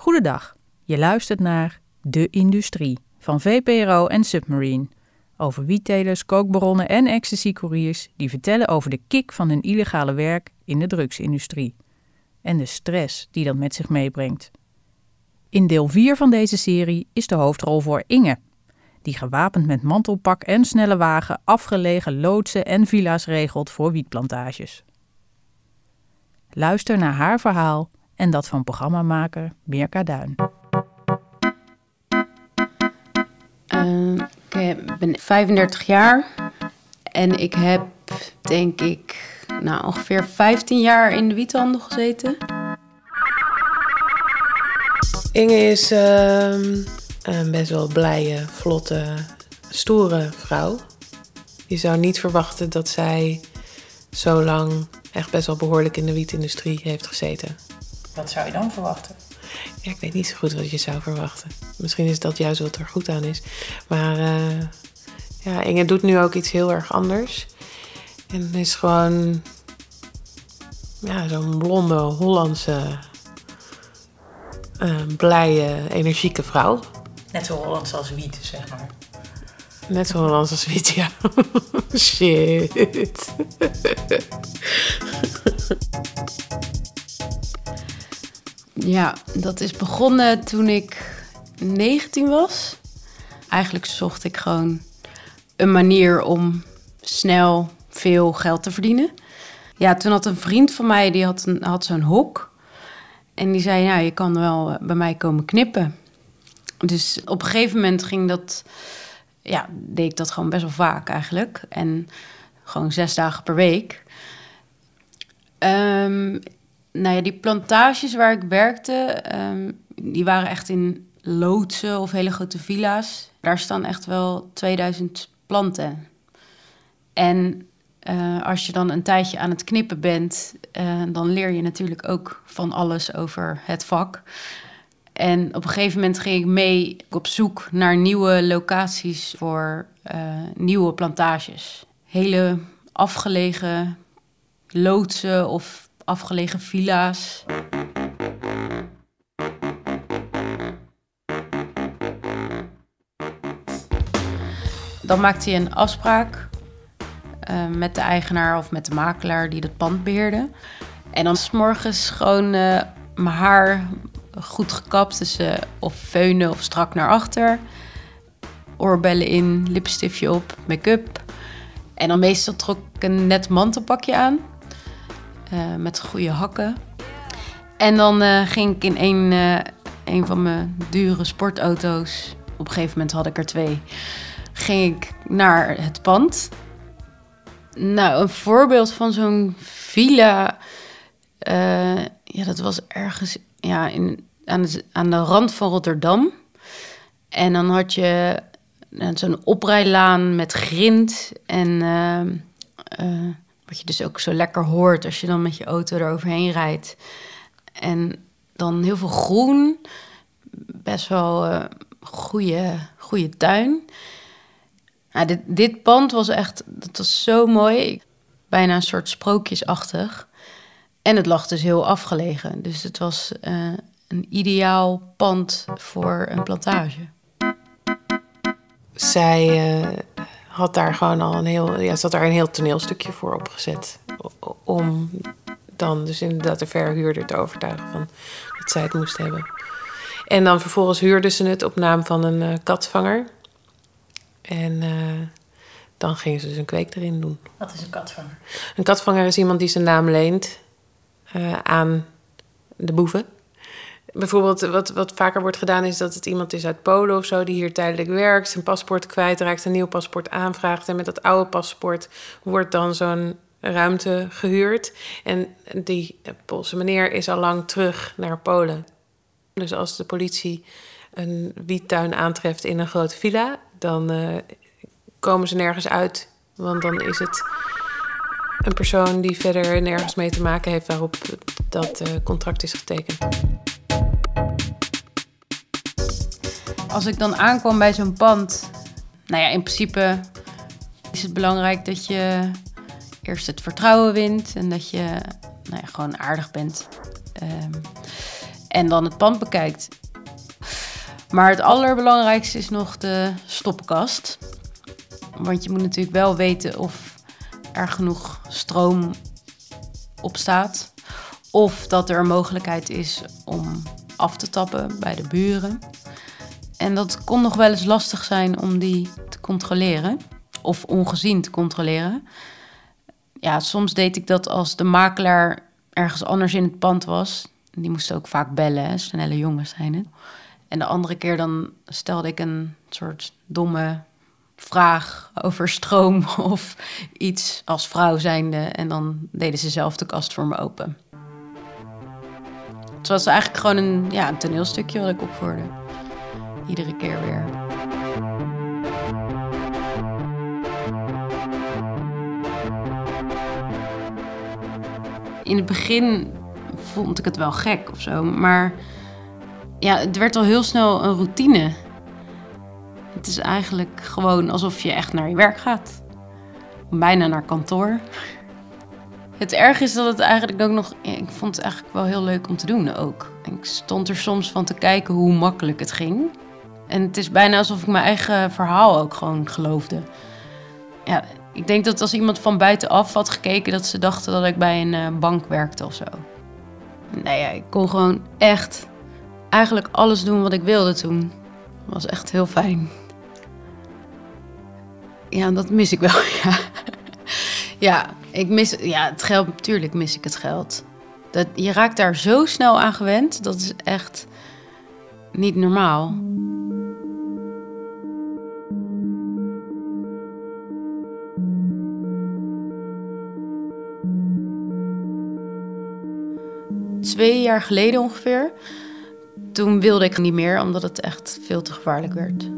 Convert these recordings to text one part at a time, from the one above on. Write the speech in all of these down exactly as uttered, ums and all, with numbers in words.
Goedendag, je luistert naar De Industrie van V P R O en Submarine. Over wiettelers, kookbaronnen en ecstasy-couriers die vertellen over de kick van hun illegale werk in de drugsindustrie. En de stress die dat met zich meebrengt. In deel vier van deze serie is de hoofdrol voor Inge, die gewapend met mantelpak en snelle wagen afgelegen loodsen en villa's regelt voor wietplantages. Luister naar haar verhaal en dat van programmamaker Mirka Duin. Uh, ik ben vijfendertig jaar en ik heb, denk ik, nou, ongeveer vijftien jaar in de wiethandel gezeten. Inge is uh, een best wel blije, vlotte, stoere vrouw. Je zou niet verwachten dat zij zo lang echt best wel behoorlijk in de wietindustrie heeft gezeten. Wat zou je dan verwachten? Ja, ik weet niet zo goed wat je zou verwachten. Misschien is dat juist wat er goed aan is. Maar uh, ja, Inge doet nu ook iets heel erg anders. En is gewoon ja, zo'n blonde, Hollandse, uh, blije, energieke vrouw. Net zo Hollands als wiet, zeg maar. Net zo Hollands als wiet, ja. Shit. Ja, dat is begonnen toen ik negentien was. Eigenlijk zocht ik gewoon een manier om snel veel geld te verdienen. Ja, toen had een vriend van mij, die had, een, had zo'n hok. En die zei, nou, je kan wel bij mij komen knippen. Dus op een gegeven moment ging dat, ja, deed ik dat gewoon best wel vaak eigenlijk. En gewoon zes dagen per week. Um, nou ja, die plantages waar ik werkte, um, die waren echt in loodsen of hele grote villa's. Daar staan echt wel tweeduizend planten. En uh, als je dan een tijdje aan het knippen bent, uh, dan leer je natuurlijk ook van alles over het vak. En op een gegeven moment ging ik mee op zoek naar nieuwe locaties voor uh, nieuwe plantages. Hele afgelegen loodsen of afgelegen villa's. Dan maakte je een afspraak uh, met de eigenaar of met de makelaar die het pand beheerde. En dan 's morgens gewoon uh, mijn haar goed gekapt, dus uh, of feunen of strak naar achter. Oorbellen in, lipstiftje op, make-up. En dan meestal trok ik een net mantelpakje aan. Uh, met goede hakken. En dan uh, ging ik in een, uh, een van mijn dure sportauto's. Op een gegeven moment had ik er twee. Ging ik naar het pand. Nou, een voorbeeld van zo'n villa. Uh, ja, dat was ergens ja, in, aan, de, aan de rand van Rotterdam. En dan had je uh, zo'n oprijlaan met grind. En uh, uh, wat je dus ook zo lekker hoort als je dan met je auto eroverheen rijdt. En dan heel veel groen. Best wel uh, goede, goede tuin. Nou, dit, dit pand was echt, dat was zo mooi. Bijna een soort sprookjesachtig. En het lag dus heel afgelegen. Dus het was uh, een ideaal pand voor een plantage. Zij uh, had daar gewoon al een heel, ja, ze had daar een heel toneelstukje voor opgezet. Om dan dus inderdaad de verhuurder te overtuigen van dat zij het moest hebben. En dan vervolgens huurde ze het op naam van een uh, katvanger. En uh, dan gingen ze dus een kweek erin doen. Wat is een katvanger? Een katvanger is iemand die zijn naam leent uh, aan de boeven. Bijvoorbeeld wat, wat vaker wordt gedaan is dat het iemand is uit Polen of zo die hier tijdelijk werkt, zijn paspoort kwijtraakt, een nieuw paspoort aanvraagt en met dat oude paspoort wordt dan zo'n ruimte gehuurd. En die Poolse meneer is al lang terug naar Polen. Dus als de politie een wiettuin aantreft in een grote villa, dan uh, komen ze nergens uit. Want dan is het een persoon die verder nergens mee te maken heeft waarop dat uh, contract is getekend. Als ik dan aankwam bij zo'n pand, nou ja, in principe is het belangrijk dat je eerst het vertrouwen wint en dat je nou ja, gewoon aardig bent. Um, en dan het pand bekijkt. Maar het allerbelangrijkste is nog de stoppenkast. Want je moet natuurlijk wel weten of er genoeg stroom op staat. Of dat er een mogelijkheid is om af te tappen bij de buren. En dat kon nog wel eens lastig zijn om die te controleren. Of ongezien te controleren. Ja, soms deed ik dat als de makelaar ergens anders in het pand was. Die moesten ook vaak bellen, hè? Snelle jongens zijn het. En de andere keer dan stelde ik een soort domme vraag over stroom of iets als vrouw zijnde. En dan deden ze zelf de kast voor me open. Het was eigenlijk gewoon een, ja, een toneelstukje wat ik opvoerde. Iedere keer weer. In het begin vond ik het wel gek of zo, maar ja, het werd al heel snel een routine. Het is eigenlijk gewoon alsof je echt naar je werk gaat. Bijna naar kantoor. Het erg is dat het eigenlijk ook nog... Ja, ik vond het eigenlijk wel heel leuk om te doen ook. Ik stond er soms van te kijken hoe makkelijk het ging. En het is bijna alsof ik mijn eigen verhaal ook gewoon geloofde. Ja, ik denk dat als iemand van buitenaf had gekeken, dat ze dachten dat ik bij een uh, bank werkte of zo. Nee, ja, ik kon gewoon echt eigenlijk alles doen wat ik wilde toen. Dat was echt heel fijn. Ja, dat mis ik wel, ja. Ja, ik mis, ja, het geld, natuurlijk mis ik het geld. Dat, je raakt daar zo snel aan gewend, dat is echt niet normaal. Twee jaar geleden ongeveer, toen wilde ik niet meer, omdat het echt veel te gevaarlijk werd.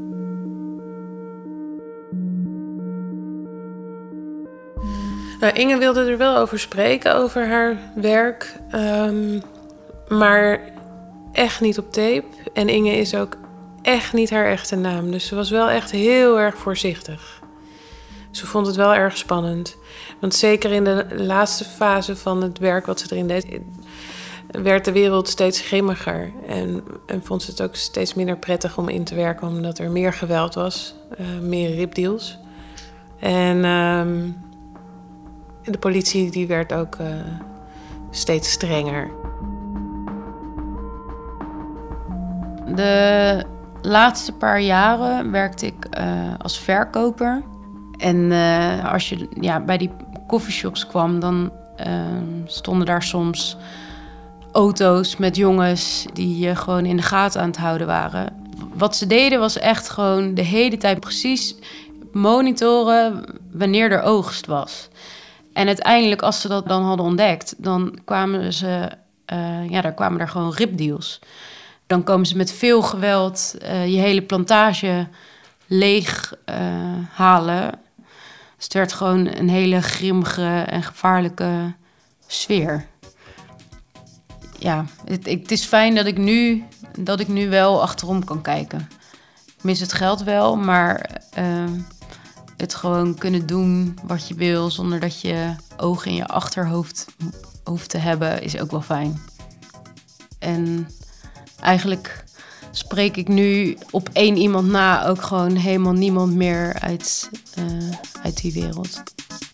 Nou, Inge wilde er wel over spreken, over haar werk. Um, maar echt niet op tape. En Inge is ook echt niet haar echte naam. Dus ze was wel echt heel erg voorzichtig. Ze vond het wel erg spannend. Want zeker in de laatste fase van het werk wat ze erin deed, werd de wereld steeds grimmiger. En, en vond ze het ook steeds minder prettig om in te werken, omdat er meer geweld was. Uh, meer ripdeals. En Um, de politie die werd ook uh, steeds strenger. De laatste paar jaren werkte ik uh, als verkoper. En uh, als je ja, bij die coffeeshops kwam, dan uh, stonden daar soms auto's met jongens die uh, gewoon in de gaten aan het houden waren. Wat ze deden was echt gewoon de hele tijd precies monitoren wanneer er oogst was. En uiteindelijk, als ze dat dan hadden ontdekt, dan kwamen ze, uh, ja, daar kwamen er gewoon ripdeals. Dan komen ze met veel geweld uh, je hele plantage leeg uh, halen. Dus het werd gewoon een hele grimmige en gevaarlijke sfeer. Ja, het, het is fijn dat ik nu, dat ik nu wel achterom kan kijken. Ik mis het geld wel, maar Uh, het gewoon kunnen doen wat je wil, zonder dat je ogen in je achterhoofd hoeft te hebben, is ook wel fijn. En eigenlijk spreek ik nu op één iemand na ook gewoon helemaal niemand meer uit, uh, uit die wereld.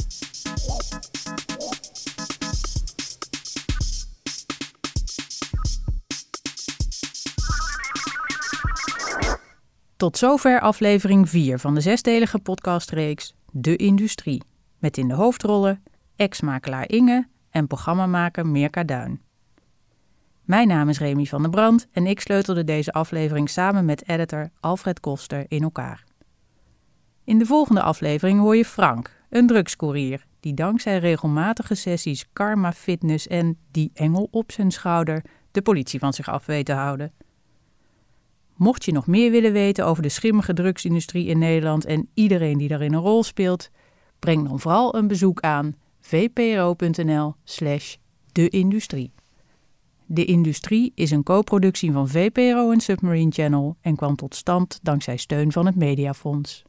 Tot zover aflevering vier van de zesdelige podcastreeks De Industrie. Met in de hoofdrollen ex-makelaar Inge en programmamaker Mirka Duin. Mijn naam is Remy van der Brand en ik sleutelde deze aflevering samen met editor Alfred Koster in elkaar. In de volgende aflevering hoor je Frank, een drugscourier, die dankzij regelmatige sessies Karma Fitness en die engel op zijn schouder de politie van zich af weet te houden. Mocht je nog meer willen weten over de schimmige drugsindustrie in Nederland en iedereen die daarin een rol speelt, breng dan vooral een bezoek aan vpro.nl slash de industrie. De Industrie is een co-productie van V P R O en Submarine Channel en kwam tot stand dankzij steun van het Mediafonds.